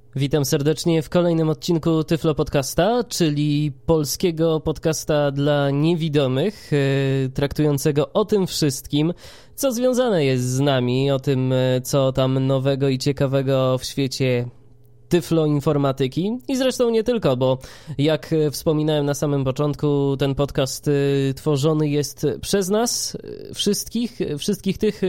Witam serdecznie w kolejnym odcinku Tyflo Podcasta, czyli polskiego podcasta dla niewidomych, traktującego o tym wszystkim, co związane jest z nami, o tym, co tam nowego i ciekawego w świecie tyfloinformatyki i zresztą nie tylko, bo jak wspominałem na samym początku, ten podcast tworzony jest przez nas, wszystkich tych,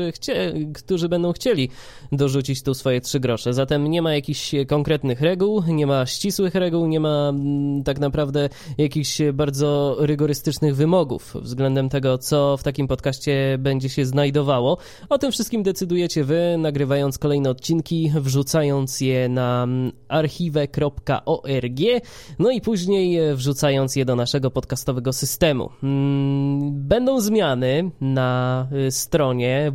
którzy będą chcieli dorzucić tu swoje 3 grosze. Zatem nie ma jakichś konkretnych reguł, nie ma ścisłych reguł, nie ma tak naprawdę jakichś bardzo rygorystycznych wymogów względem tego, co w takim podcaście będzie się znajdowało. O tym wszystkim decydujecie wy, nagrywając kolejne odcinki, wrzucając je na archive.org, no i później wrzucając je do naszego podcastowego systemu. Będą zmiany na stronie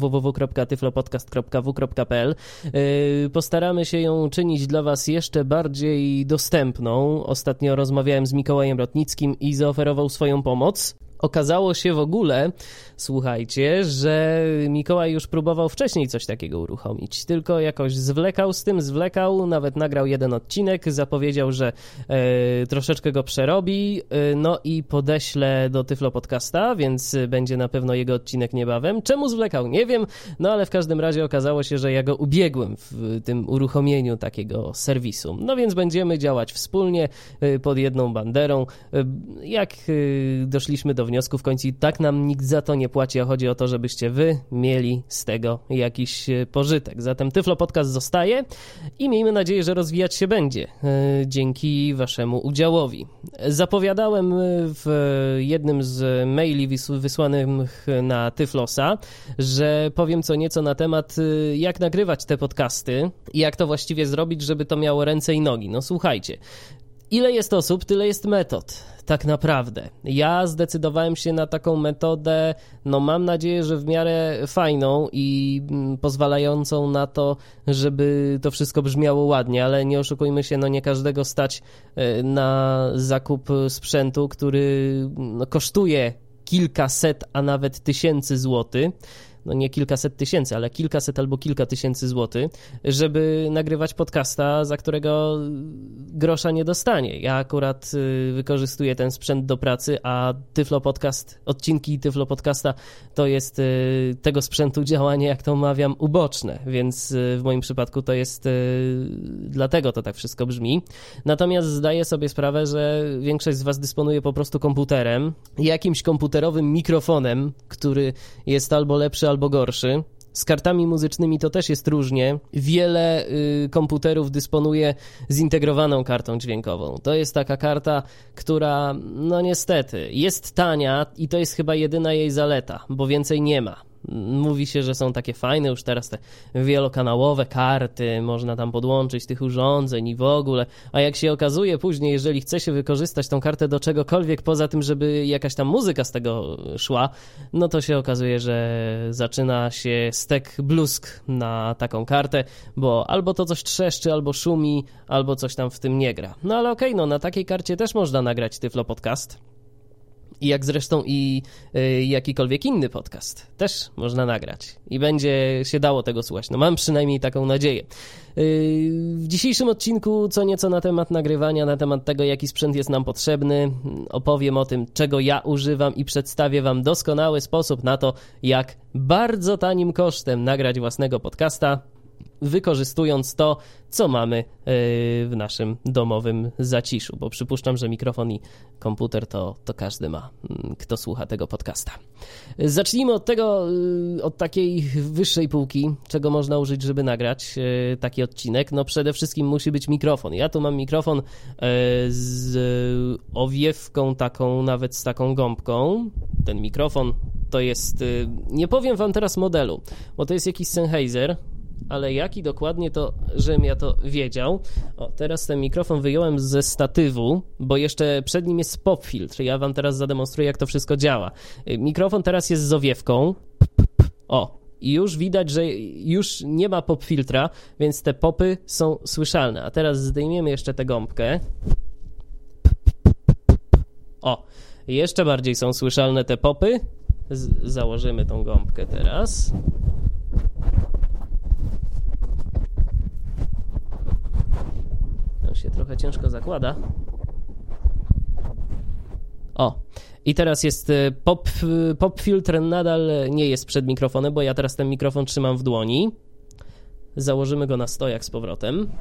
www.tyflopodcast.w.pl. Postaramy się ją czynić dla Was jeszcze bardziej dostępną. Ostatnio rozmawiałem z Mikołajem Rotnickim i zaoferował swoją pomoc. Okazało się w ogóle, słuchajcie, że Mikołaj już próbował wcześniej coś takiego uruchomić, tylko jakoś zwlekał, nawet nagrał jeden odcinek, zapowiedział, że troszeczkę go przerobi, no i podeśle do Tyflo Podcasta, więc będzie na pewno jego odcinek niebawem. Czemu zwlekał? Nie wiem, no ale w każdym razie okazało się, że ja go ubiegłem w tym uruchomieniu takiego serwisu. No więc będziemy działać wspólnie, pod jedną banderą. Jak doszliśmy do wniosku, w końcu tak nam nikt za to nie płaci, a chodzi o to, żebyście wy mieli z tego jakiś pożytek. Zatem Tyflo Podcast zostaje i miejmy nadzieję, że rozwijać się będzie dzięki waszemu udziałowi. Zapowiadałem w jednym z maili wysłanych na Tyflosa, że powiem co nieco na temat, jak nagrywać te podcasty i jak to właściwie zrobić, żeby to miało ręce i nogi. No słuchajcie, ile jest osób, tyle jest metod. Tak naprawdę. Ja zdecydowałem się na taką metodę, no mam nadzieję, że w miarę fajną i pozwalającą na to, żeby to wszystko brzmiało ładnie, ale nie oszukujmy się, no nie każdego stać na zakup sprzętu, który kosztuje kilkaset, a nawet tysięcy złotych. No nie kilkaset tysięcy, ale kilkaset albo kilka tysięcy złotych, żeby nagrywać podcasta, za którego grosza nie dostanie. Ja akurat wykorzystuję ten sprzęt do pracy, a Tyflo Podcast, odcinki Tyflo Podcasta to jest tego sprzętu działanie, jak to mawiam, uboczne, więc w moim przypadku to jest dlatego to tak wszystko brzmi. Natomiast zdaję sobie sprawę, że większość z was dysponuje po prostu komputerem, jakimś komputerowym mikrofonem, który jest albo lepszy, albo gorszy. Z kartami muzycznymi to też jest różnie. Wiele komputerów dysponuje zintegrowaną kartą dźwiękową. To jest taka karta, która no niestety jest tania i to jest chyba jedyna jej zaleta, bo więcej nie ma. Mówi się, że są takie fajne już teraz te wielokanałowe karty, można tam podłączyć tych urządzeń i w ogóle, a jak się okazuje później, jeżeli chce się wykorzystać tą kartę do czegokolwiek poza tym, żeby jakaś tam muzyka z tego szła, no to się okazuje, że zaczyna się stek blusk na taką kartę, bo albo to coś trzeszczy, albo szumi, albo coś tam w tym nie gra. No ale okej, no na takiej karcie też można nagrać Tyflo Podcast. I jak zresztą i jakikolwiek inny podcast też można nagrać i będzie się dało tego słuchać. No mam przynajmniej taką nadzieję. W dzisiejszym odcinku co nieco na temat nagrywania, na temat tego, jaki sprzęt jest nam potrzebny. Opowiem o tym, czego ja używam i przedstawię wam doskonały sposób na to, jak bardzo tanim kosztem nagrać własnego podcasta, wykorzystując to, co mamy w naszym domowym zaciszu, bo przypuszczam, że mikrofon i komputer to każdy ma, kto słucha tego podcasta. Zacznijmy od tego, od takiej wyższej półki, czego można użyć, żeby nagrać taki odcinek. No przede wszystkim musi być mikrofon. Ja tu mam mikrofon z owiewką taką, nawet z taką gąbką. Ten mikrofon to jest, nie powiem wam teraz modelu, bo to jest jakiś Sennheiser, ale jaki dokładnie, to żebym ja to wiedział. O, teraz ten mikrofon wyjąłem ze statywu, bo jeszcze przed nim jest pop filtr. Ja wam teraz zademonstruję, jak to wszystko działa. Mikrofon teraz jest z owiewką. O, i już widać, że już nie ma pop filtra, więc te popy są słyszalne. A teraz zdejmiemy jeszcze tę gąbkę. O, jeszcze bardziej są słyszalne te popy. Założymy tą gąbkę teraz. się trochę ciężko zakłada. O, i teraz jest pop filtr, nadal nie jest przed mikrofonem, bo ja teraz ten mikrofon trzymam w dłoni. Założymy go na stojak z powrotem.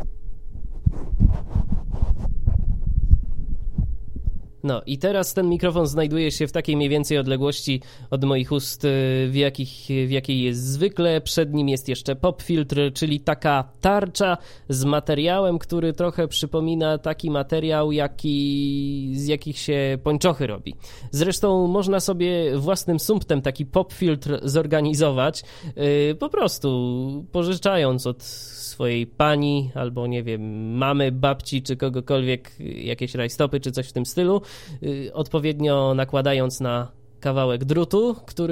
No i teraz ten mikrofon znajduje się w takiej mniej więcej odległości od moich ust, w jakiej jest zwykle. Przed nim jest jeszcze pop filtr, czyli taka tarcza z materiałem, który trochę przypomina taki materiał, z jakich się pończochy robi. Zresztą można sobie własnym sumptem taki pop filtr zorganizować, po prostu pożyczając od swojej pani, albo nie wiem, mamy, babci, czy kogokolwiek jakieś rajstopy, czy coś w tym stylu, odpowiednio nakładając na kawałek drutu,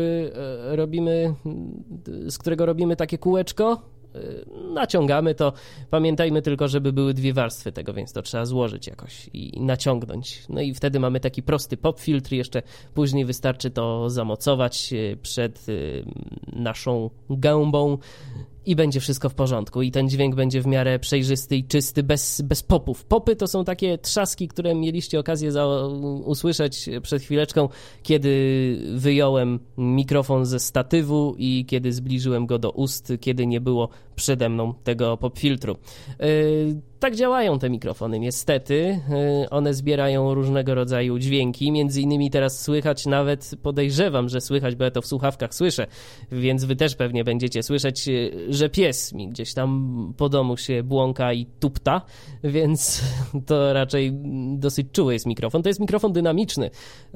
z którego robimy takie kółeczko, naciągamy to. Pamiętajmy tylko, żeby były dwie warstwy tego, więc to trzeba złożyć jakoś i naciągnąć. No i wtedy mamy taki prosty pop filtr. Jeszcze później wystarczy to zamocować przed naszą gębą i będzie wszystko w porządku. I ten dźwięk będzie w miarę przejrzysty i czysty, bez popów. Popy to są takie trzaski, które mieliście okazję usłyszeć przed chwileczką, kiedy wyjąłem mikrofon ze statywu i kiedy zbliżyłem go do ust, kiedy nie było przede mną tego pop filtru. Tak działają te mikrofony, niestety. One zbierają różnego rodzaju dźwięki, między innymi teraz słychać, nawet podejrzewam, że słychać, bo ja to w słuchawkach słyszę, więc wy też pewnie będziecie słyszeć, że pies mi gdzieś tam po domu się błąka i tupta, więc to raczej dosyć czuły jest mikrofon. To jest mikrofon dynamiczny.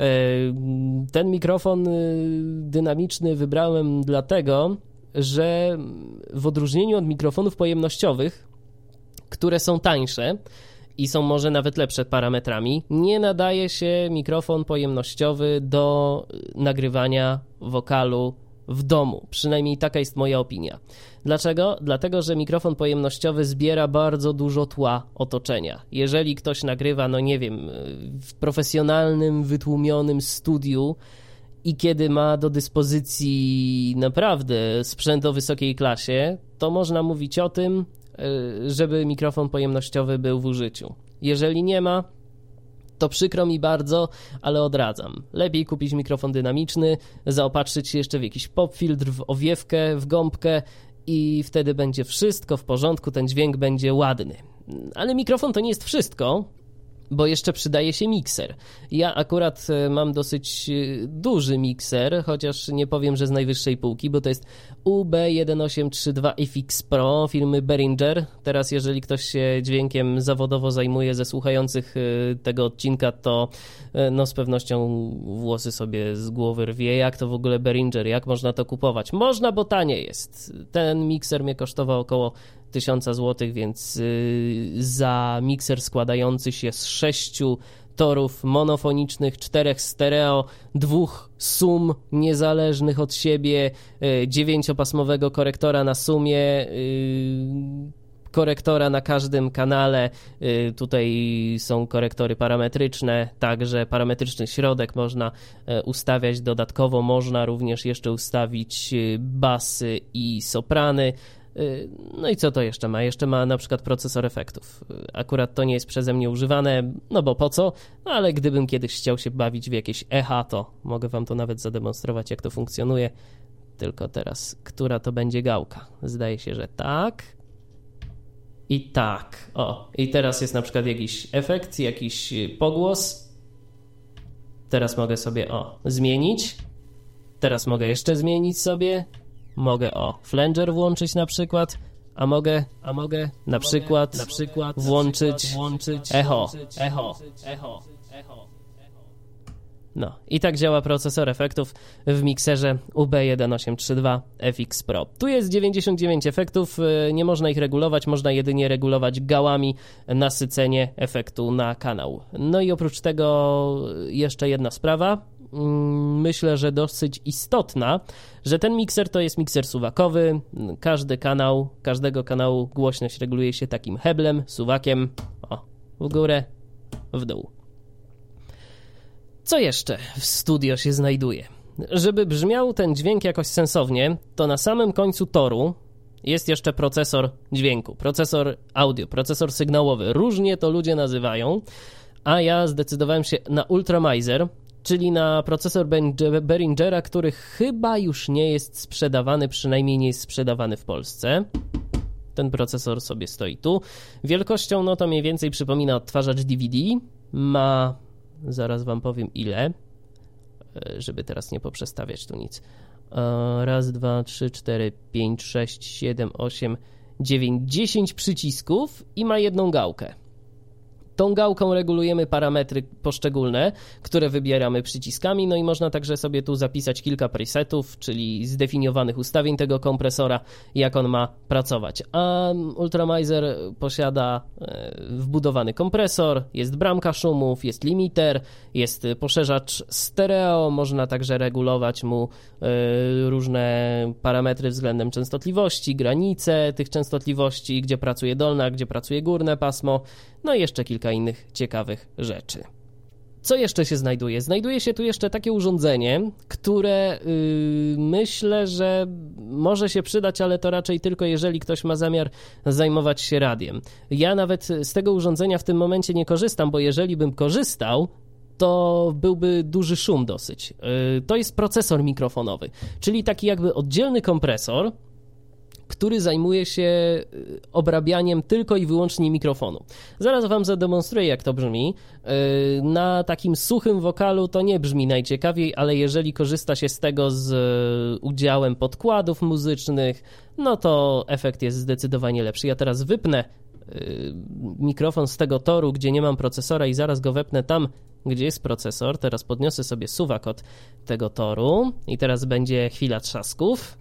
Ten mikrofon dynamiczny wybrałem dlatego, że w odróżnieniu od mikrofonów pojemnościowych, które są tańsze i są może nawet lepsze parametrami, nie nadaje się mikrofon pojemnościowy do nagrywania wokalu w domu. Przynajmniej taka jest moja opinia. Dlaczego? Dlatego, że mikrofon pojemnościowy zbiera bardzo dużo tła otoczenia. Jeżeli ktoś nagrywa, no nie wiem, w profesjonalnym, wytłumionym studiu i kiedy ma do dyspozycji naprawdę sprzęt o wysokiej klasie, to można mówić o tym, żeby mikrofon pojemnościowy był w użyciu. Jeżeli nie ma, to przykro mi bardzo, ale odradzam. Lepiej kupić mikrofon dynamiczny, zaopatrzyć się jeszcze w jakiś pop filtr, w owiewkę, w gąbkę i wtedy będzie wszystko w porządku, ten dźwięk będzie ładny. Ale mikrofon to nie jest wszystko, bo jeszcze przydaje się mikser. Ja akurat mam dosyć duży mikser, chociaż nie powiem, że z najwyższej półki, bo to jest UB1832FX Pro firmy Behringer. Teraz jeżeli ktoś się dźwiękiem zawodowo zajmuje ze słuchających tego odcinka, to no z pewnością włosy sobie z głowy rwie. Jak to w ogóle Behringer? Jak można to kupować? Można, bo tanie jest. Ten mikser mnie kosztował około 1000 zł, więc za mikser składający się z 6 torów monofonicznych, 4 stereo, 2 sum niezależnych od siebie, 9-pasmowego korektora na sumie, korektora na każdym kanale. Tutaj są korektory parametryczne, także parametryczny środek można ustawiać dodatkowo, można również jeszcze ustawić basy i soprany. No i co to jeszcze ma? Jeszcze ma na przykład procesor efektów. Akurat to nie jest przeze mnie używane, no bo po co? No ale gdybym kiedyś chciał się bawić w jakieś echa, to mogę wam to nawet zademonstrować, jak to funkcjonuje. Tylko teraz, która to będzie gałka? Zdaje się, że tak. I tak. O, i teraz jest na przykład jakiś efekt, jakiś pogłos. Teraz mogę sobie, zmienić. Teraz mogę jeszcze zmienić sobie. Mogę flanger włączyć na przykład, a mogę na przykład włączyć echo. No i tak działa procesor efektów w mikserze UB1832FX Pro. Tu jest 99 efektów, nie można ich regulować, można jedynie regulować gałami nasycenie efektu na kanał. No i oprócz tego jeszcze jedna sprawa, myślę, że dosyć istotna, że ten mikser to jest mikser suwakowy. Każdego kanału głośność reguluje się takim heblem, suwakiem, w górę, w dół. Co jeszcze w studio się znajduje? Żeby brzmiał ten dźwięk jakoś sensownie, to na samym końcu toru jest jeszcze procesor dźwięku, procesor audio, procesor sygnałowy. Różnie to ludzie nazywają, a ja zdecydowałem się na Ultramizer, czyli na procesor Behringera, który chyba już nie jest sprzedawany, przynajmniej nie jest sprzedawany w Polsce. Ten procesor sobie stoi tu. Wielkością no to mniej więcej przypomina odtwarzacz DVD. Ma, zaraz wam powiem ile, żeby teraz nie poprzestawiać tu nic. Raz, dwa, trzy, cztery, pięć, sześć, 7, 8, 9, 10 przycisków i ma jedną gałkę. Tą gałką regulujemy parametry poszczególne, które wybieramy przyciskami, no i można także sobie tu zapisać kilka presetów, czyli zdefiniowanych ustawień tego kompresora, jak on ma pracować. A Ultramizer posiada wbudowany kompresor, jest bramka szumów, jest limiter, jest poszerzacz stereo, można także regulować mu różne parametry względem częstotliwości, granice tych częstotliwości, gdzie pracuje dolne, gdzie pracuje górne pasmo, no i jeszcze kilka innych ciekawych rzeczy. Co jeszcze się znajduje? Znajduje się tu jeszcze takie urządzenie, które myślę, że może się przydać, ale to raczej tylko jeżeli ktoś ma zamiar zajmować się radiem. Ja nawet z tego urządzenia w tym momencie nie korzystam, bo jeżeli bym korzystał, to byłby duży szum dosyć. To jest procesor mikrofonowy, czyli taki jakby oddzielny kompresor, który zajmuje się obrabianiem tylko i wyłącznie mikrofonu. Zaraz wam zademonstruję, jak to brzmi. Na takim suchym wokalu to nie brzmi najciekawiej, ale jeżeli korzysta się z tego z udziałem podkładów muzycznych, no to efekt jest zdecydowanie lepszy. Ja teraz wypnę mikrofon z tego toru, gdzie nie mam procesora i zaraz go wepnę tam, gdzie jest procesor. Teraz podniosę sobie suwak od tego toru i teraz będzie chwila trzasków.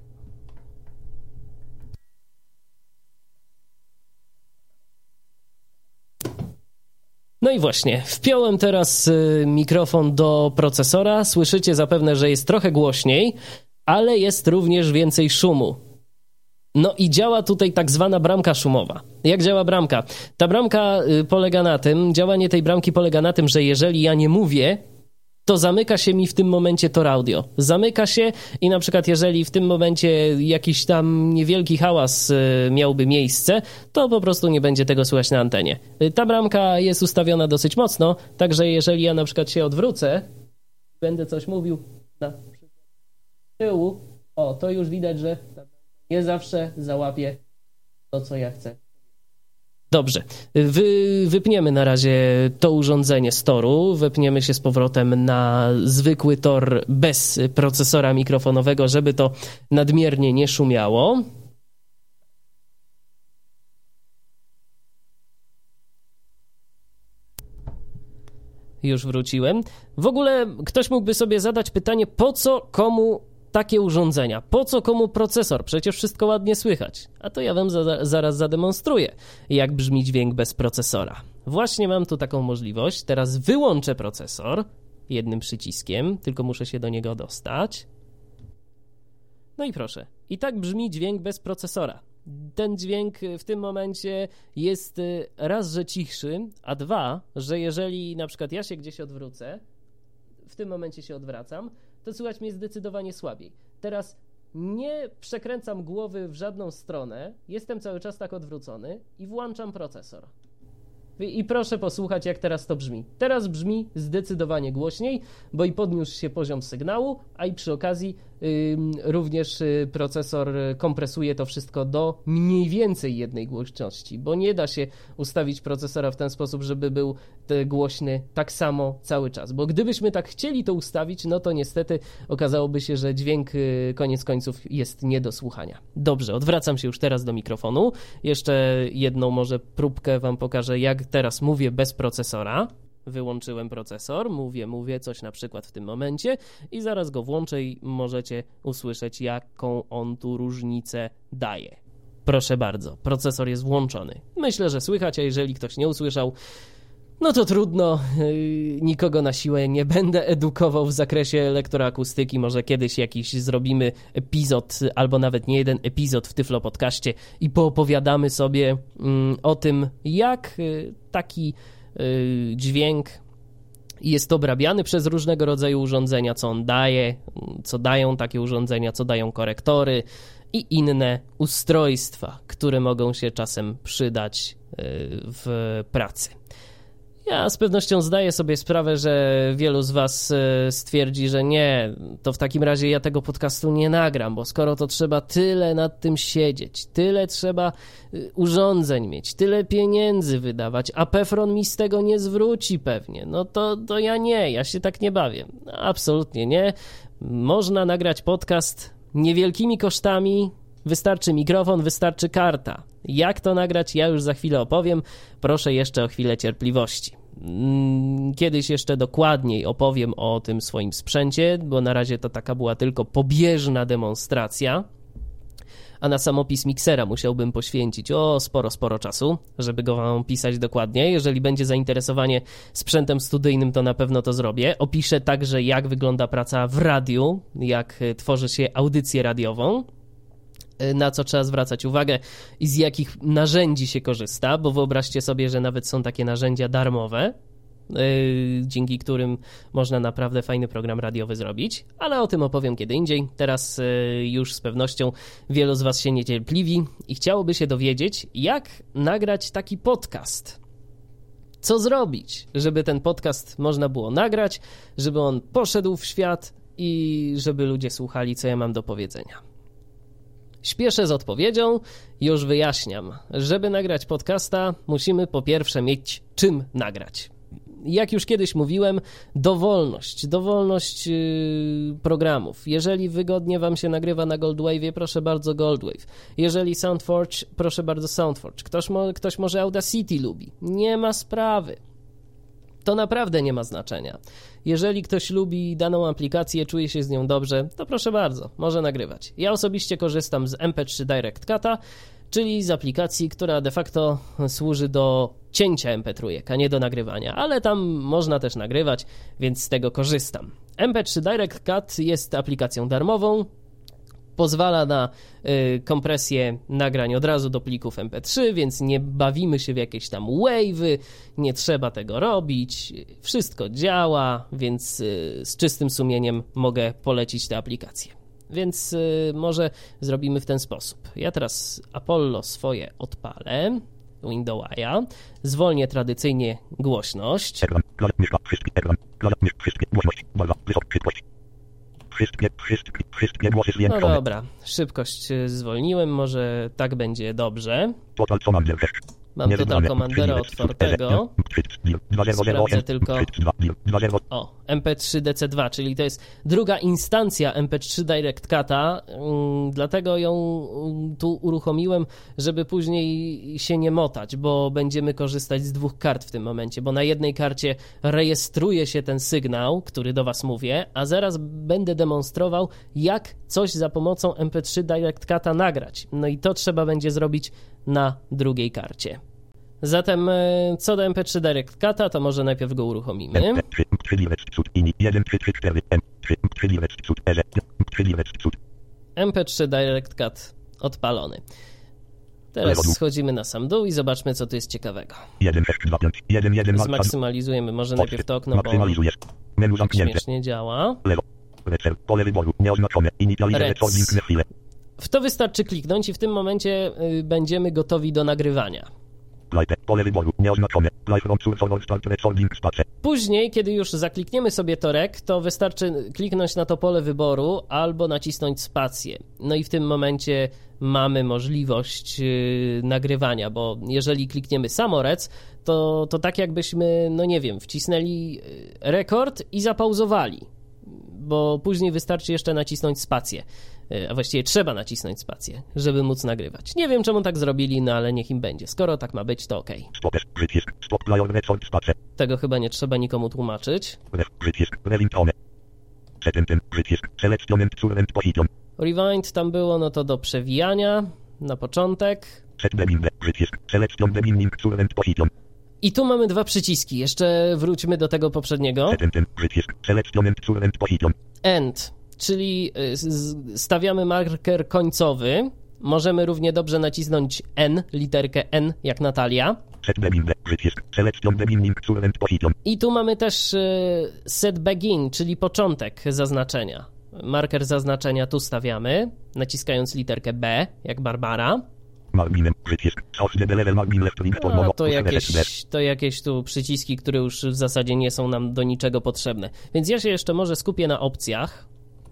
No i właśnie, wpiąłem teraz mikrofon do procesora. Słyszycie zapewne, że jest trochę głośniej, ale jest również więcej szumu. No i działa tutaj tak zwana bramka szumowa. Jak działa bramka? Ta bramka polega na tym, działanie tej bramki polega na tym, że jeżeli ja nie mówię, to zamyka się mi w tym momencie tor audio. Zamyka się i na przykład jeżeli w tym momencie jakiś tam niewielki hałas miałby miejsce, to po prostu nie będzie tego słychać na antenie. Ta bramka jest ustawiona dosyć mocno, także jeżeli ja na przykład się odwrócę, będę coś mówił na tyłu, to już widać, że nie zawsze załapie to, co ja chcę. Dobrze, wypniemy na razie to urządzenie z toru, wypniemy się z powrotem na zwykły tor bez procesora mikrofonowego, żeby to nadmiernie nie szumiało. Już wróciłem. W ogóle ktoś mógłby sobie zadać pytanie, po co komu takie urządzenia? Po co komu procesor? Przecież wszystko ładnie słychać. A to ja wam zaraz zademonstruję, jak brzmi dźwięk bez procesora. Właśnie mam tu taką możliwość. Teraz wyłączę procesor jednym przyciskiem, tylko muszę się do niego dostać. No i proszę. I tak brzmi dźwięk bez procesora. Ten dźwięk w tym momencie jest raz, że cichszy, a dwa, że jeżeli na przykład ja się gdzieś odwrócę, w tym momencie się odwracam, to słychać mnie zdecydowanie słabiej. Teraz nie przekręcam głowy w żadną stronę, jestem cały czas tak odwrócony i włączam procesor. I proszę posłuchać, jak teraz to brzmi. Teraz brzmi zdecydowanie głośniej, bo i podniósł się poziom sygnału, a i przy okazji również procesor kompresuje to wszystko do mniej więcej jednej głośności, bo nie da się ustawić procesora w ten sposób, żeby był głośny tak samo cały czas, bo gdybyśmy tak chcieli to ustawić, no to niestety okazałoby się, że dźwięk koniec końców jest nie do słuchania. Dobrze, odwracam się już teraz do mikrofonu. Jeszcze jedną może próbkę wam pokażę, jak teraz mówię bez procesora. Wyłączyłem procesor, mówię coś na przykład w tym momencie i zaraz go włączę i możecie usłyszeć, jaką on tu różnicę daje. Proszę bardzo, procesor jest włączony. Myślę, że słychać, a jeżeli ktoś nie usłyszał, no to trudno, nikogo na siłę nie będę edukował w zakresie elektroakustyki. Może kiedyś jakiś zrobimy epizod, albo nawet nie jeden epizod w Tyflo Podcaście i poopowiadamy sobie o tym, jak taki dźwięk jest obrabiany przez różnego rodzaju urządzenia, co on daje, co dają takie urządzenia, co dają korektory i inne ustrojstwa, które mogą się czasem przydać w pracy. Ja z pewnością zdaję sobie sprawę, że wielu z was stwierdzi, że nie, to w takim razie ja tego podcastu nie nagram, bo skoro to trzeba tyle nad tym siedzieć, tyle trzeba urządzeń mieć, tyle pieniędzy wydawać, a Pefron mi z tego nie zwróci pewnie, no to ja się tak nie bawię. Absolutnie nie. Można nagrać podcast niewielkimi kosztami, wystarczy mikrofon, wystarczy karta. Jak to nagrać, ja już za chwilę opowiem. Proszę jeszcze o chwilę cierpliwości. Kiedyś jeszcze dokładniej opowiem o tym swoim sprzęcie, bo na razie to taka była tylko pobieżna demonstracja, a na samopis miksera musiałbym poświęcić sporo czasu, żeby go wam pisać dokładnie. Jeżeli będzie zainteresowanie sprzętem studyjnym, to na pewno to zrobię. Opiszę także, jak wygląda praca w radiu, jak tworzy się audycję radiową, na co trzeba zwracać uwagę i z jakich narzędzi się korzysta, bo wyobraźcie sobie, że nawet są takie narzędzia darmowe, dzięki którym można naprawdę fajny program radiowy zrobić, ale o tym opowiem kiedy indziej. Teraz już z pewnością wielu z was się niecierpliwi i chciałoby się dowiedzieć, jak nagrać taki podcast. Co zrobić, żeby ten podcast można było nagrać, żeby on poszedł w świat i żeby ludzie słuchali, co ja mam do powiedzenia. Śpieszę z odpowiedzią, już wyjaśniam. Żeby nagrać podcasta, musimy po pierwsze mieć czym nagrać. Jak już kiedyś mówiłem, dowolność programów. Jeżeli wygodnie wam się nagrywa na Goldwave'ie, proszę bardzo Goldwave. Jeżeli Soundforge, proszę bardzo Soundforge. Ktoś może Audacity lubi. Nie ma sprawy. To naprawdę nie ma znaczenia. Jeżeli ktoś lubi daną aplikację, czuje się z nią dobrze, to proszę bardzo, może nagrywać. Ja osobiście korzystam z MP3 Direct Cut'a, czyli z aplikacji, która de facto służy do cięcia MP3, a nie do nagrywania, ale tam można też nagrywać, więc z tego korzystam. MP3 Direct Cut jest aplikacją darmową, pozwala na kompresję nagrań od razu do plików MP3, więc nie bawimy się w jakieś tam wave'y, nie trzeba tego robić, wszystko działa, więc z czystym sumieniem mogę polecić tę aplikację. Więc może zrobimy w ten sposób. Ja teraz Apollo swoje odpalę, Windowsa, zwolnię tradycyjnie głośność. No dobra, szybkość zwolniłem, może tak będzie dobrze. Mam Total Commandera otwartego. Sprawdzę tylko... MP3 DC2, czyli to jest druga instancja MP3 Direct Cut'a, dlatego ją tu uruchomiłem, żeby później się nie motać, bo będziemy korzystać z dwóch kart w tym momencie, bo na jednej karcie rejestruje się ten sygnał, który do was mówię, a zaraz będę demonstrował, jak coś za pomocą MP3 Direct Cut'a nagrać. No i to trzeba będzie zrobić na drugiej karcie. Zatem co do MP3 Direct Cut'a, to może najpierw go uruchomimy. MP3 Direct Cut odpalony. Teraz schodzimy na sam dół i zobaczmy, co tu jest ciekawego. Zmaksymalizujemy może najpierw to okno, bo tak śmiesznie działa. W to wystarczy kliknąć i w tym momencie będziemy gotowi do nagrywania. Później, kiedy już zaklikniemy sobie to rek, to wystarczy kliknąć na to pole wyboru albo nacisnąć spację. No i w tym momencie mamy możliwość nagrywania, bo jeżeli klikniemy samorec, to tak jakbyśmy, no nie wiem, wcisnęli rekord i zapauzowali, bo później wystarczy jeszcze nacisnąć spację. A właściwie trzeba nacisnąć spację, żeby móc nagrywać. Nie wiem, czemu tak zrobili, no ale niech im będzie. Skoro tak ma być, to okej. Tego chyba nie trzeba nikomu tłumaczyć. Rewind tam było, no to do przewijania na początek. I tu mamy dwa przyciski. Jeszcze wróćmy do tego poprzedniego. End. Czyli stawiamy marker końcowy. Możemy równie dobrze nacisnąć N, literkę N, jak Natalia. I tu mamy też set begin, czyli początek zaznaczenia. Marker zaznaczenia tu stawiamy, naciskając literkę B, jak Barbara. A to jakieś tu przyciski, które już w zasadzie nie są nam do niczego potrzebne. Więc ja się jeszcze może skupię na opcjach.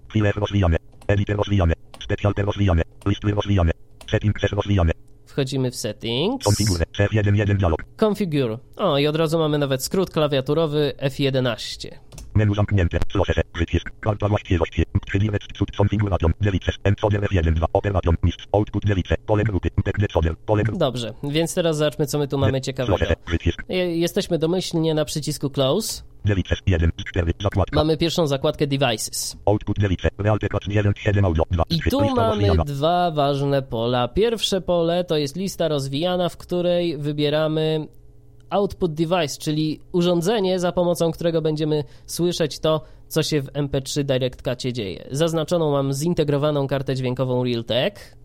Wchodzimy w settings. Configure. O, i od razu mamy nawet skrót klawiaturowy F11. Menu zamknięte. Proceser. Przycisk. Karta właściwości. Chwilę cud konfiguracją. Delice. Encoder F1 2. Operation. Mistrz. Output delice. Pole grupy. Decoder. Pole grupy. Dobrze, więc teraz zobaczmy, co my tu mamy ciekawego. Jesteśmy domyślnie na przycisku Close. Delice. 1 z 4. Zakładka. Mamy pierwszą zakładkę Devices. Output delice. Realtek 1 audio. 2. I tu mamy dwa ważne pola. Pierwsze pole to jest lista rozwijana, w której wybieramy Output Device, czyli urządzenie, za pomocą którego będziemy słyszeć to, co się w MP3 DirectCacie dzieje. Zaznaczoną mam zintegrowaną kartę dźwiękową Realtek.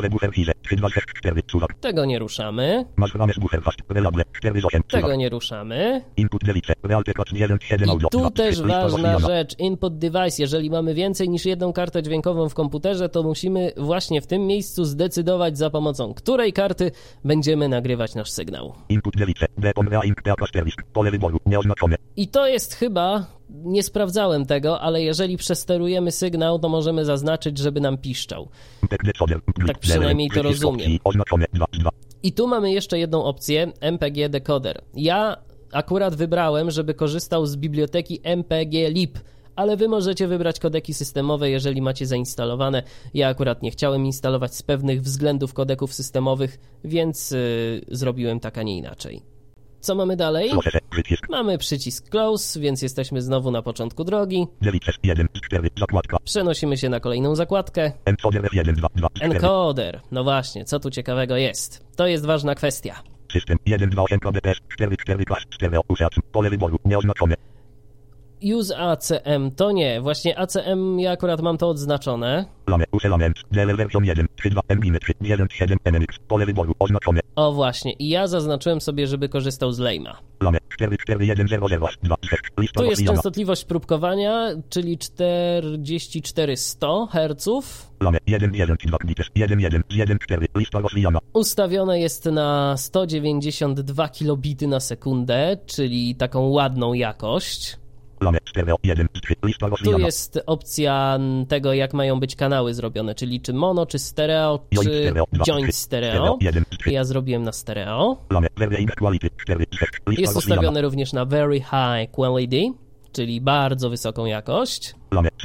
Tego nie ruszamy. Tego nie ruszamy. I tu też ważna rzecz. Input Device. Jeżeli mamy więcej niż jedną kartę dźwiękową w komputerze, to musimy właśnie w tym miejscu zdecydować, za pomocą której karty będziemy nagrywać nasz sygnał. I to jest chyba... Nie sprawdzałem tego, ale jeżeli przesterujemy sygnał, to możemy zaznaczyć, żeby nam piszczał. Tak przynajmniej to rozumiem. I tu mamy jeszcze jedną opcję, MPG Decoder. Ja akurat wybrałem, żeby korzystał z biblioteki MPG-Lib, ale wy możecie wybrać kodeki systemowe, jeżeli macie zainstalowane. Ja akurat nie chciałem instalować z pewnych względów kodeków systemowych, więc zrobiłem tak, a nie inaczej. Co mamy dalej? Mamy przycisk Close, więc jesteśmy znowu na początku drogi. Przenosimy się na kolejną zakładkę. Encoder. No właśnie, co tu ciekawego jest? To jest ważna kwestia. System 128 kbps 44 class stereo usacz. Pole wyboru nieoznaczone. Use ACM to nie. Właśnie ACM ja akurat mam to odznaczone. Pole wyboru oznaczone. O właśnie. I ja zaznaczyłem sobie, żeby korzystał z Lame'a. Tu jest częstotliwość próbkowania, czyli 4400 Hz. Ustawione jest na 192 kilobity na sekundę, czyli taką ładną jakość. Tu jest opcja tego, jak mają być kanały zrobione, czyli czy mono, czy stereo, czy joint stereo. Ja zrobiłem na stereo. Jest ustawione również na very high quality, czyli bardzo wysoką jakość.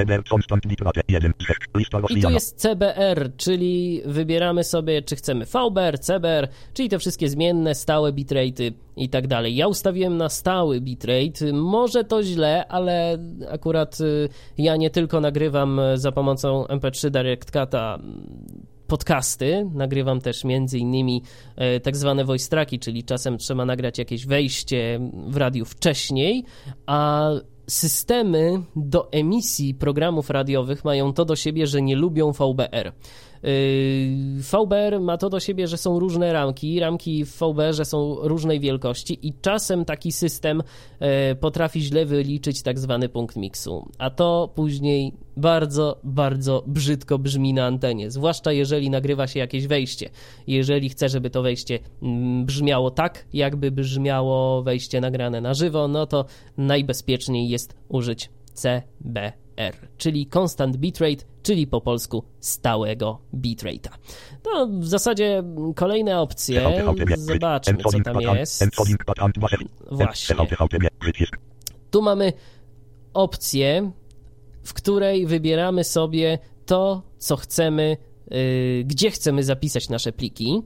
I tu jest CBR, czyli wybieramy sobie, czy chcemy VBR, CBR, czyli te wszystkie zmienne, stałe bitrate'y i tak dalej. Ja ustawiłem na stały bitrate, może to źle, ale akurat ja nie tylko nagrywam za pomocą MP3 DirectCata podcasty, nagrywam też między innymi tak zwane voice tracki, czyli czasem trzeba nagrać jakieś wejście w radiu wcześniej, a systemy do emisji programów radiowych mają to do siebie, że nie lubią VBR. VBR ma to do siebie, że są różne ramki w VBR-ze są różnej wielkości i czasem taki system potrafi źle wyliczyć tak zwany punkt miksu, a to później bardzo, bardzo brzydko brzmi na antenie, zwłaszcza jeżeli nagrywa się jakieś wejście. Jeżeli chcę, żeby to wejście brzmiało tak, jakby brzmiało wejście nagrane na żywo, no to najbezpieczniej jest użyć CBR, czyli Constant Bitrate, czyli po polsku stałego bitrate'a. No, w zasadzie kolejne opcje. Zobaczmy, co tam jest. Właśnie. Tu mamy opcję, w której wybieramy sobie to, co chcemy, gdzie chcemy zapisać nasze pliki.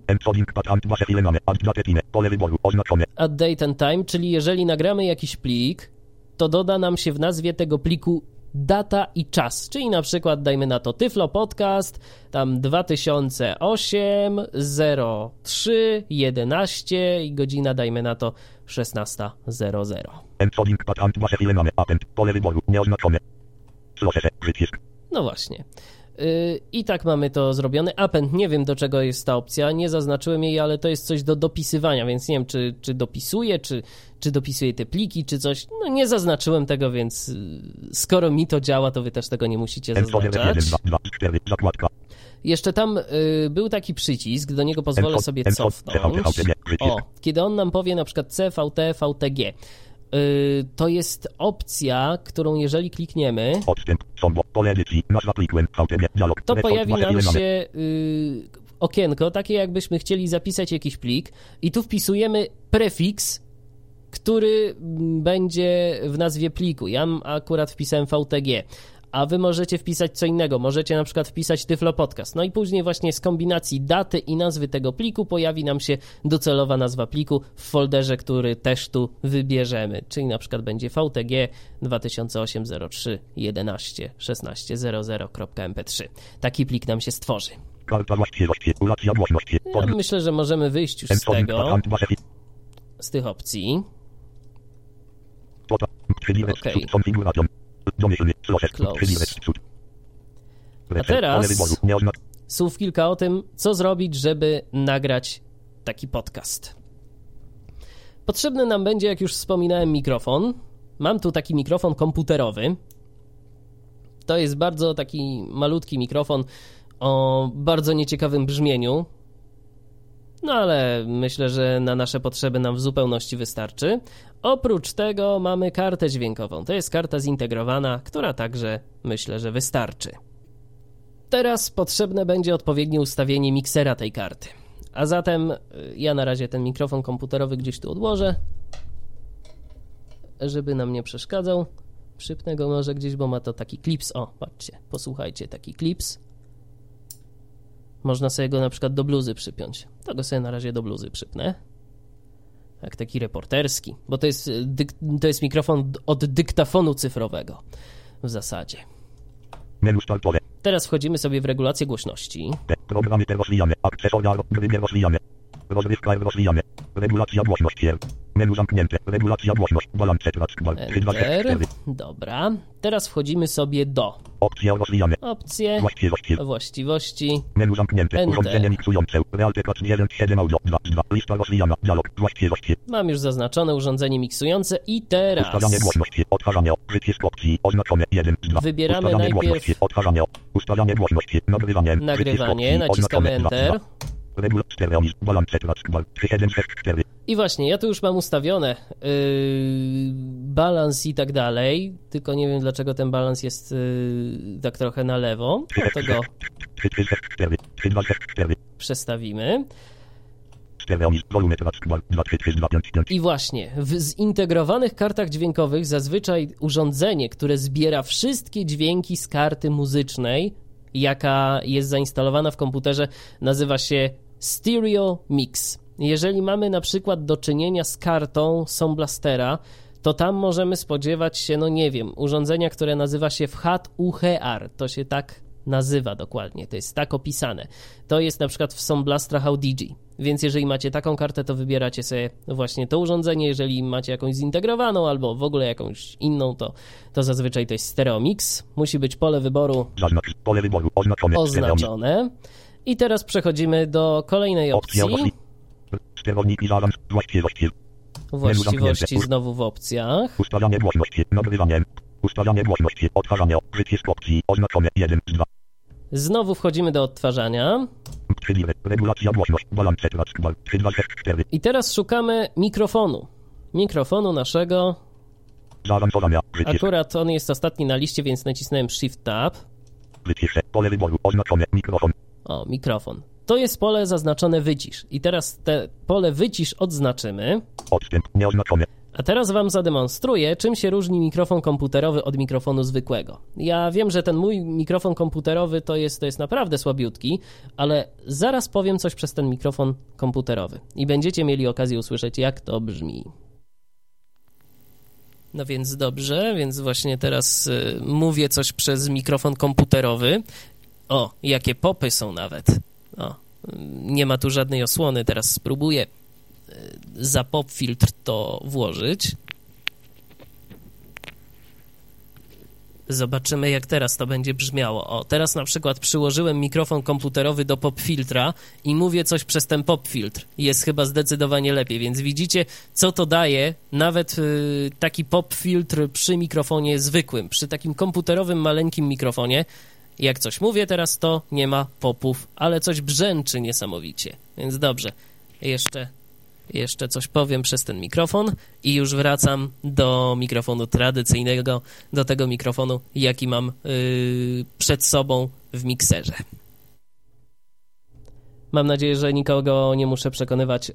Add date and time, czyli jeżeli nagramy jakiś plik, to doda nam się w nazwie tego pliku data i czas, czyli na przykład dajmy na to Tyflo Podcast, tam 2008 03 11 i godzina dajmy na to 16:00. No właśnie. I tak mamy to zrobione. Append, nie wiem do czego jest ta opcja, nie zaznaczyłem jej, ale to jest coś do dopisywania, więc nie wiem, czy dopisuję, czy dopisuję te pliki, czy coś. No nie zaznaczyłem tego, więc skoro mi to działa, to wy też tego nie musicie zaznaczać. Jeszcze tam był taki przycisk, do niego pozwolę sobie cofnąć. O, kiedy on nam powie na przykład CVT, VTG. To jest opcja, którą jeżeli klikniemy, to pojawi nam się okienko, takie jakbyśmy chcieli zapisać jakiś plik i tu wpisujemy prefiks, który będzie w nazwie pliku. Ja akurat wpisałem VTG, a wy możecie wpisać co innego. Możecie na przykład wpisać Tyflo Podcast. No i później właśnie z kombinacji daty i nazwy tego pliku pojawi nam się docelowa nazwa pliku w folderze, który też tu wybierzemy. Czyli na przykład będzie VTG 2008-03-11-16-00.mp3. Taki plik nam się stworzy. Ja myślę, że możemy wyjść już z tego, z tych opcji. Okay. A teraz słów kilka o tym, co zrobić, żeby nagrać taki podcast. Potrzebny nam będzie, jak już wspominałem, mikrofon. Mam tu taki mikrofon komputerowy. To jest bardzo taki malutki mikrofon o bardzo nieciekawym brzmieniu. No ale myślę, że na nasze potrzeby nam w zupełności wystarczy. Oprócz tego mamy kartę dźwiękową. To jest karta zintegrowana, która także myślę, że wystarczy. Teraz potrzebne będzie odpowiednie ustawienie miksera tej karty. A zatem ja na razie ten mikrofon komputerowy gdzieś tu odłożę, żeby nam nie przeszkadzał. Przypnę go może gdzieś, bo ma to taki klips. O, patrzcie, posłuchajcie, taki klips. Można sobie go na przykład do bluzy przypiąć. To go sobie na razie do bluzy przypnę. Jak taki reporterski, bo to jest mikrofon od dyktafonu cyfrowego w zasadzie. Teraz wchodzimy sobie w regulację głośności. Programy te rozwijane, akcesoria gry rozwijane. Rozrywka rozwijane. Regulacja głośności. Menu zamknięte. Regulacja głośność. Balance. Enter. Dobra. Teraz wchodzimy sobie do opcje rozwijane. Opcje. Właściwości. Menu zamknięte. Enter. Urządzenie miksujące. Realtek 1.7 audio. 2. Lista rozwijana. Dialog. Właściwości. Mam już zaznaczone urządzenie miksujące i teraz ustawianie głośności. Odtwarzanie. Przycisk opcji. Oznaczone 1. 2. Wybieramy ustawianie najpierw odtwarzanie. Ustawianie głośności. Nagrywanie. Naciskamy Enter. Balance. I właśnie, ja tu już mam ustawione balans i tak dalej, tylko nie wiem dlaczego ten balans jest tak trochę na lewo. Dlatego przestawimy. I właśnie, w zintegrowanych kartach dźwiękowych zazwyczaj urządzenie, które zbiera wszystkie dźwięki z karty muzycznej, jaka jest zainstalowana w komputerze, nazywa się Stereo Mix. Jeżeli mamy na przykład do czynienia z kartą Sound Blastera, to tam możemy spodziewać się, no nie wiem, urządzenia, które nazywa się FHAT UHR. To się tak nazywa dokładnie, to jest tak opisane. To jest na przykład w Sound Blasterach Audigi. Więc jeżeli macie taką kartę, to wybieracie sobie właśnie to urządzenie. Jeżeli macie jakąś zintegrowaną albo w ogóle jakąś inną, to zazwyczaj to jest Stereo Mix. Musi być pole wyboru oznaczone. I teraz przechodzimy do kolejnej opcji. Właściwości znowu w opcjach. Ustawianie głośności, nagrywanie. Ustawianie głośności, odtwarzanie. Przycisk opcji oznaczone 1 z 2. Znowu wchodzimy do odtwarzania. Regulacja głośność, balance. I teraz szukamy mikrofonu. Mikrofonu naszego. Akurat on jest ostatni na liście, więc nacisnąłem Shift Tab. Pole wyboru oznaczone mikrofon. O, mikrofon. To jest pole zaznaczone wycisz. I teraz te pole wycisz odznaczymy. Odstęp nieoznaczone. A teraz wam zademonstruję, czym się różni mikrofon komputerowy od mikrofonu zwykłego. Ja wiem, że ten mój mikrofon komputerowy to jest naprawdę słabiutki, ale zaraz powiem coś przez ten mikrofon komputerowy i będziecie mieli okazję usłyszeć, jak to brzmi. No więc dobrze, więc właśnie teraz mówię coś przez mikrofon komputerowy. O, jakie popy są nawet. O, nie ma tu żadnej osłony, teraz spróbuję za pop filtr to włożyć. Zobaczymy, jak teraz to będzie brzmiało. O, teraz na przykład przyłożyłem mikrofon komputerowy do pop-filtra i mówię coś przez ten pop-filtr. Jest chyba zdecydowanie lepiej, więc widzicie, co to daje nawet taki pop-filtr przy mikrofonie zwykłym, przy takim komputerowym, maleńkim mikrofonie. Jak coś mówię teraz, to nie ma popów, ale coś brzęczy niesamowicie. Więc dobrze, jeszcze coś powiem przez ten mikrofon i już wracam do mikrofonu tradycyjnego, do tego mikrofonu, jaki mam przed sobą w mikserze. Mam nadzieję, że nikogo nie muszę przekonywać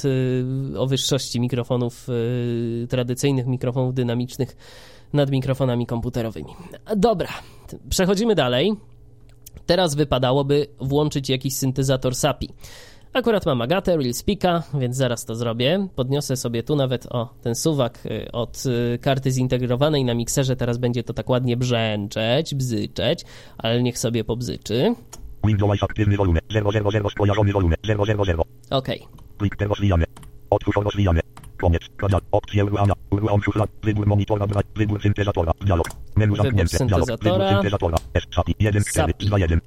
o wyższości mikrofonów tradycyjnych, mikrofonów dynamicznych nad mikrofonami komputerowymi. Dobra, przechodzimy dalej. Teraz wypadałoby włączyć jakiś syntezator SAPI. Akurat mam Agatę, RealSpeaka, więc zaraz to zrobię. Podniosę sobie tu nawet ten suwak od karty zintegrowanej na mikserze. Teraz będzie to tak ładnie bzyczeć, ale niech sobie pobzyczy. Windows aktywny wolumen 000 skojarzony wolumen 000. Okej. Plik rozwijany. Otwórz rozwijany. Koniec. Kadal. Opcje uruchomia. Uruchom szuflad. Wybór monitora. Wybór syntezatora. Dialog. Menu zamknięte. Dialog. Wybór syntezatora. SAPI 1.4.2.1.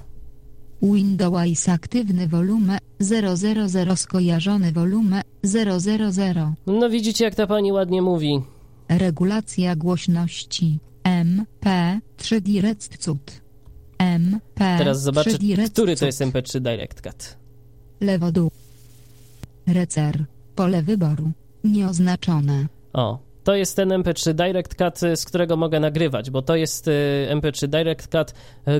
Windows aktywny wolumen 000 skojarzony wolumen 000. No widzicie, jak ta pani ładnie mówi. Regulacja głośności MP3 Direct Cut. MP3 Teraz zobaczę, który to Cut. jest MP3 Direct Cut. Lewo dół. Recer. Pole wyboru. Nieoznaczone. O, to jest ten MP3 Direct Cut, z którego mogę nagrywać, bo to jest MP3 Direct Cut,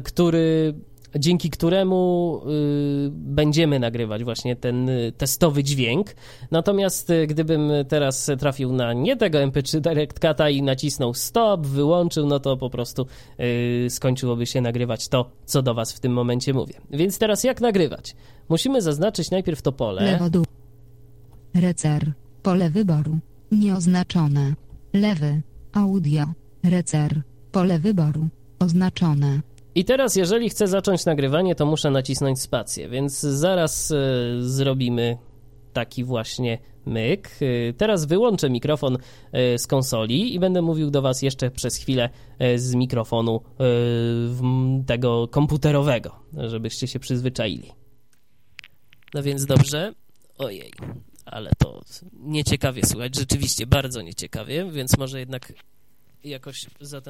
dzięki któremu będziemy nagrywać właśnie ten testowy dźwięk. Natomiast gdybym teraz trafił na nie tego MP3 Direct Cuta i nacisnął stop, wyłączył, no to po prostu skończyłoby się nagrywać to, co do was w tym momencie mówię. Więc teraz jak nagrywać? Musimy zaznaczyć najpierw to pole. Lewo dół. Recer. Pole wyboru. Nieoznaczone. Lewy. Audio. Recer. Pole wyboru. Oznaczone. I teraz, jeżeli chcę zacząć nagrywanie, to muszę nacisnąć spację, więc zaraz zrobimy taki właśnie myk. Teraz wyłączę mikrofon z konsoli i będę mówił do was jeszcze przez chwilę z mikrofonu tego komputerowego, żebyście się przyzwyczaili. No więc dobrze. Ojej, ale to nieciekawie słychać, rzeczywiście bardzo nieciekawie, więc może jednak jakoś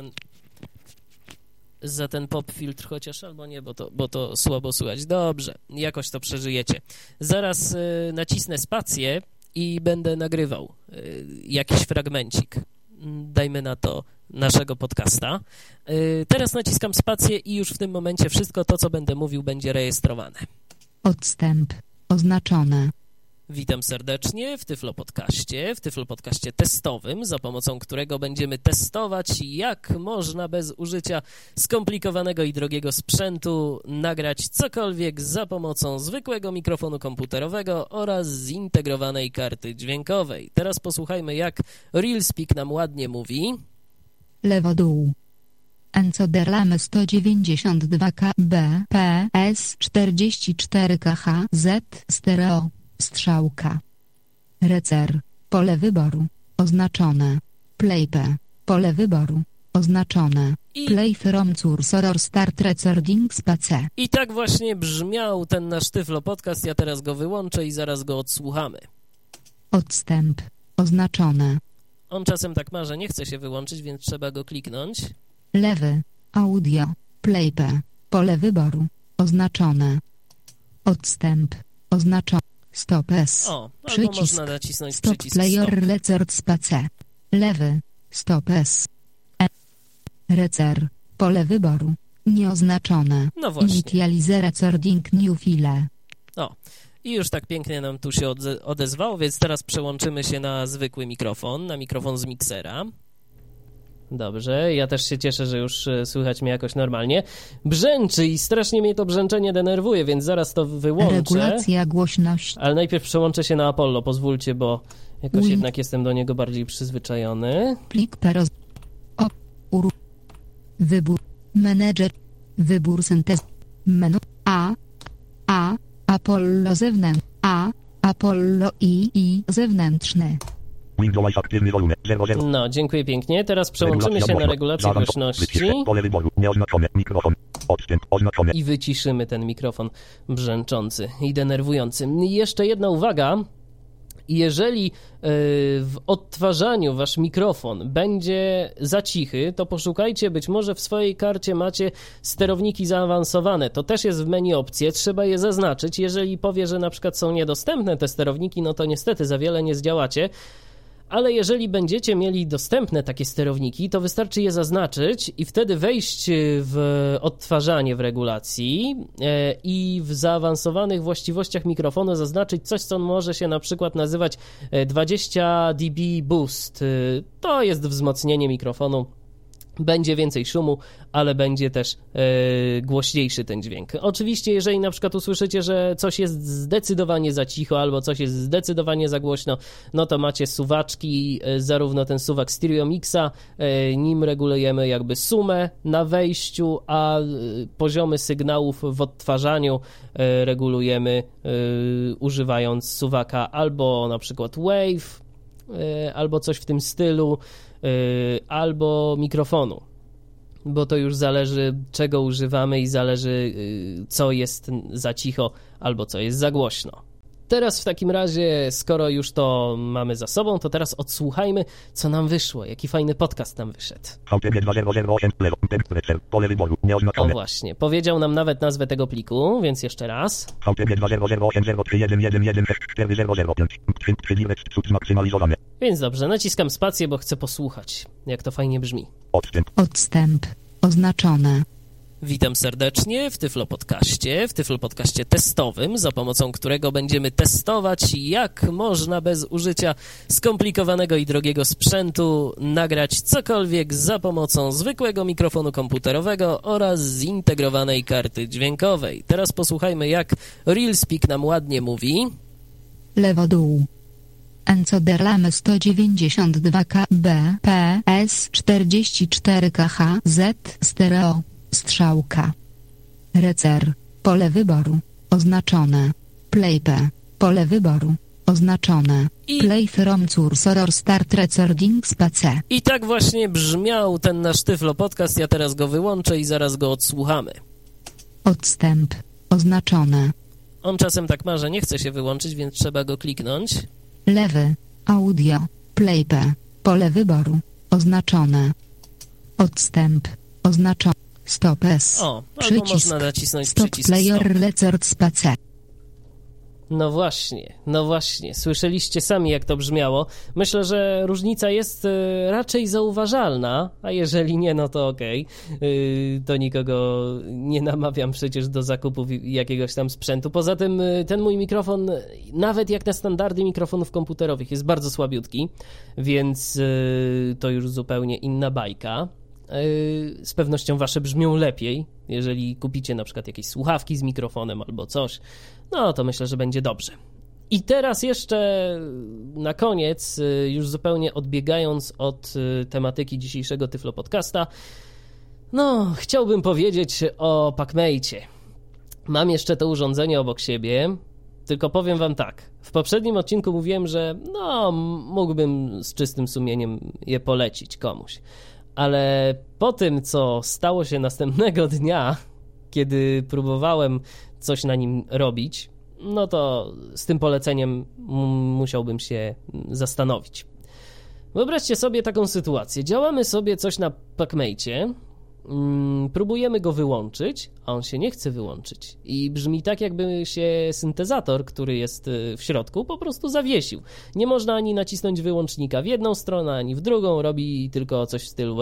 za ten pop filtr chociaż, albo nie, bo to słabo słychać. Dobrze, jakoś to przeżyjecie. Zaraz nacisnę spację i będę nagrywał jakiś fragmencik. Dajmy na to naszego podcasta. Teraz naciskam spację i już w tym momencie wszystko to, co będę mówił, będzie rejestrowane. Odstęp. Oznaczone. Witam serdecznie w Tyflo Podcaście testowym, za pomocą którego będziemy testować, jak można bez użycia skomplikowanego i drogiego sprzętu nagrać cokolwiek za pomocą zwykłego mikrofonu komputerowego oraz zintegrowanej karty dźwiękowej. Teraz posłuchajmy, jak RealSpeak nam ładnie mówi. Lewo dół. Encoderlamy 192 kbps 44 kHz stereo. Strzałka. Recer. Pole wyboru. Oznaczone. Plaype. Pole wyboru. Oznaczone. Play from cursor or start recording space. I tak właśnie brzmiał ten nasz Tyflo Podcast. Ja teraz go wyłączę i zaraz go odsłuchamy. Odstęp. Oznaczone. On czasem tak ma, że nie chce się wyłączyć, więc trzeba go kliknąć. Lewy. Audio. Plaype. Pole wyboru. Oznaczone. Odstęp. Oznaczone. Stop S. O, przycisk. Albo można nacisnąć Stop przycisk player stop. record space. Lewy. Stop S. Recer. Pole wyboru. Nieoznaczone. No właśnie. Initialize recording new file. O, i już tak pięknie nam tu się odezwało, więc teraz przełączymy się na zwykły mikrofon, na mikrofon z miksera. Dobrze, ja też się cieszę, że już słychać mnie jakoś normalnie. Brzęczy i strasznie mnie to brzęczenie denerwuje, więc zaraz to wyłączę. Regulacja głośności. Ale najpierw przełączę się na Apollo, pozwólcie, bo jakoś jednak jestem do niego bardziej przyzwyczajony. Plik peros. Wybór. Menedżer. Wybór syntez. Menu. Apollo zewnętrzny. Apollo i zewnętrzny. Windows aktywny wolumem 00. No, dziękuję pięknie. Teraz przełączymy się na regulację głośności Pole wyboru nieoznaczone. Mikrofon. Odstęp oznaczone. i wyciszymy ten mikrofon brzęczący i denerwujący. I jeszcze jedna uwaga. Jeżeli w odtwarzaniu wasz mikrofon będzie za cichy, to poszukajcie, być może w swojej karcie macie sterowniki zaawansowane. To też jest w menu opcje, trzeba je zaznaczyć. Jeżeli powie, że na przykład są niedostępne te sterowniki, no to niestety za wiele nie zdziałacie. Ale jeżeli będziecie mieli dostępne takie sterowniki, to wystarczy je zaznaczyć i wtedy wejść w odtwarzanie w regulacji i w zaawansowanych właściwościach mikrofonu zaznaczyć coś, co może się na przykład nazywać 20 dB boost. To jest wzmocnienie mikrofonu. Będzie więcej szumu, ale będzie też głośniejszy ten dźwięk. Oczywiście, jeżeli na przykład usłyszycie, że coś jest zdecydowanie za cicho albo coś jest zdecydowanie za głośno, no to macie suwaczki, zarówno ten suwak Stereo Mixa, nim regulujemy jakby sumę na wejściu, a poziomy sygnałów w odtwarzaniu regulujemy używając suwaka albo na przykład Wave, albo coś w tym stylu, albo mikrofonu, bo to już zależy, czego używamy i zależy, co jest za cicho albo co jest za głośno. Teraz w takim razie, skoro już to mamy za sobą, to teraz odsłuchajmy, co nam wyszło, jaki fajny podcast nam wyszedł. Pole wyboru nieoznaczone. O właśnie, powiedział nam nawet nazwę tego pliku, więc jeszcze raz. Więc dobrze, naciskam spację, bo chcę posłuchać, jak to fajnie brzmi. Odstęp. Oznaczone. Witam serdecznie w Tyflo Podcaście testowym, za pomocą którego będziemy testować, jak można bez użycia skomplikowanego i drogiego sprzętu nagrać cokolwiek za pomocą zwykłego mikrofonu komputerowego oraz zintegrowanej karty dźwiękowej. Teraz posłuchajmy, jak RealSpeak nam ładnie mówi. Lewo-dół. Encoderlamy 192 KB PS 44 KHZ stereo. Strzałka. Recer. Pole wyboru. Oznaczone. Plaype. Pole wyboru. Oznaczone. Play from cursor or start recording space. I tak właśnie brzmiał ten nasz Tyflo Podcast. Ja teraz go wyłączę i zaraz go odsłuchamy. Odstęp. Oznaczone. On czasem tak ma, że nie chce się wyłączyć, więc trzeba go kliknąć. Lewy. Audio. Plaype. Pole wyboru. Oznaczone. Odstęp. Oznaczone. Stop S. O, albo przycisk. można nacisnąć Stop przycisk player stop. record space. No właśnie. Słyszeliście sami, jak to brzmiało. Myślę, że różnica jest raczej zauważalna, a jeżeli nie, no to okej. To nikogo nie namawiam przecież do zakupu jakiegoś tam sprzętu. Poza tym ten mój mikrofon, nawet jak na standardy mikrofonów komputerowych, jest bardzo słabiutki, więc to już zupełnie inna bajka. Z pewnością wasze brzmią lepiej, jeżeli kupicie na przykład jakieś słuchawki z mikrofonem albo coś, no to myślę, że będzie dobrze. I teraz jeszcze na koniec, już zupełnie odbiegając od tematyki dzisiejszego Tyflo Podcasta, no chciałbym powiedzieć o PacMate. Mam jeszcze to urządzenie obok siebie, tylko powiem wam tak, w poprzednim odcinku mówiłem, że no mógłbym z czystym sumieniem je polecić komuś. Ale po tym, co stało się następnego dnia, kiedy próbowałem coś na nim robić, no to z tym poleceniem musiałbym się zastanowić. Wyobraźcie sobie taką sytuację. Działamy sobie coś na PacMate, próbujemy go wyłączyć, a on się nie chce wyłączyć. I brzmi tak, jakby się syntezator, który jest w środku, po prostu zawiesił. Nie można ani nacisnąć wyłącznika w jedną stronę, ani w drugą. Robi tylko coś w stylu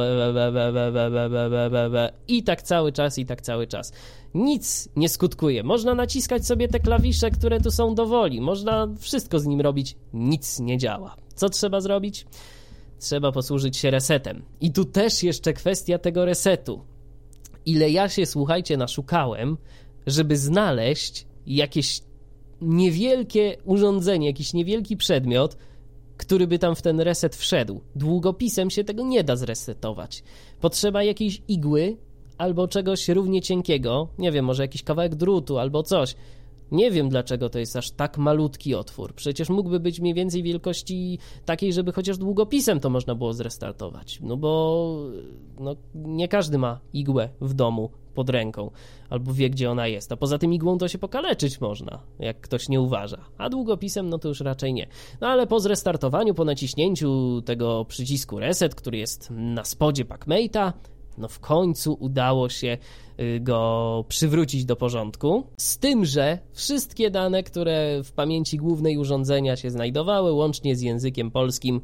i tak cały czas. Nic nie skutkuje. Można naciskać sobie te klawisze, które tu są do woli. Można wszystko z nim robić. Nic nie działa. Co trzeba zrobić? Trzeba posłużyć się resetem. I tu też jeszcze kwestia tego resetu. Ile ja się, słuchajcie, naszukałem, żeby znaleźć jakieś niewielkie urządzenie, jakiś niewielki przedmiot, który by tam w ten reset wszedł. Długopisem się tego nie da zresetować. Potrzeba jakiejś igły albo czegoś równie cienkiego, nie wiem, może jakiś kawałek drutu albo coś, Nie wiem, dlaczego to jest aż tak malutki otwór. Przecież mógłby być mniej więcej wielkości takiej, żeby chociaż długopisem to można było zrestartować. No bo nie każdy ma igłę w domu pod ręką albo wie, gdzie ona jest. A poza tym igłą to się pokaleczyć można, jak ktoś nie uważa. A długopisem no to już raczej nie. No ale po zrestartowaniu, po naciśnięciu tego przycisku reset, który jest na spodzie PacMate'a, no w końcu udało się go przywrócić do porządku. Z tym, że wszystkie dane, które w pamięci głównej urządzenia się znajdowały, łącznie z językiem polskim,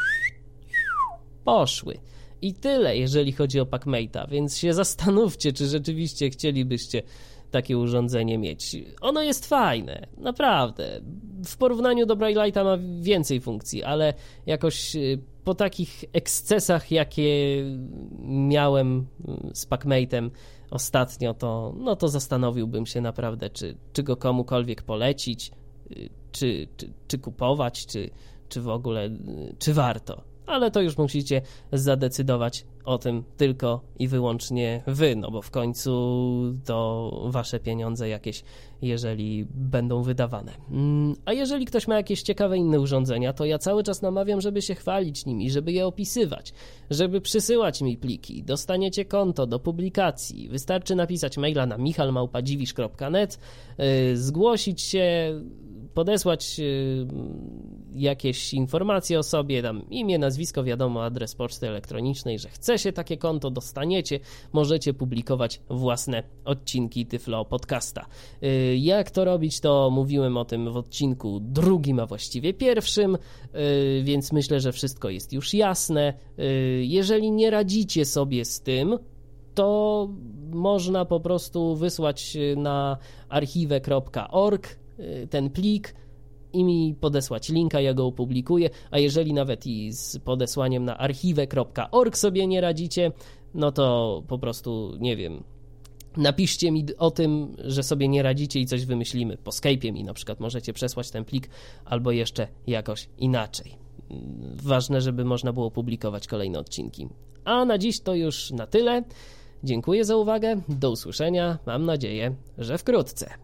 poszły. I tyle, jeżeli chodzi o PacMate'a, więc się zastanówcie, czy rzeczywiście chcielibyście takie urządzenie mieć. Ono jest fajne, naprawdę. W porównaniu do Braille'a ma więcej funkcji, ale jakoś po takich ekscesach, jakie miałem z PacMate'em ostatnio, to zastanowiłbym się naprawdę, czy go komukolwiek polecić, czy kupować, czy w ogóle, czy warto. Ale to już musicie zadecydować o tym tylko i wyłącznie wy, no bo w końcu to wasze pieniądze jakieś, jeżeli będą wydawane. A jeżeli ktoś ma jakieś ciekawe inne urządzenia, to ja cały czas namawiam, żeby się chwalić nimi, żeby je opisywać, żeby przysyłać mi pliki. Dostaniecie konto do publikacji. Wystarczy napisać maila na michalmałpadziwisz.net, zgłosić się, podesłać jakieś informacje o sobie, tam imię, nazwisko, wiadomo, adres poczty elektronicznej, że chce się takie konto, dostaniecie, możecie publikować własne odcinki Tyflo Podcasta. Jak to robić, to mówiłem o tym w odcinku 2, a właściwie 1, więc myślę, że wszystko jest już jasne. Jeżeli nie radzicie sobie z tym, to można po prostu wysłać na archive.org ten plik i mi podesłać linka, ja go opublikuję, a jeżeli nawet i z podesłaniem na archive.org sobie nie radzicie, no to po prostu, nie wiem, napiszcie mi o tym, że sobie nie radzicie i coś wymyślimy. Po Skype'ie mi na przykład możecie przesłać ten plik, albo jeszcze jakoś inaczej. Ważne, żeby można było publikować kolejne odcinki. A na dziś to już na tyle. Dziękuję za uwagę, do usłyszenia, mam nadzieję, że wkrótce.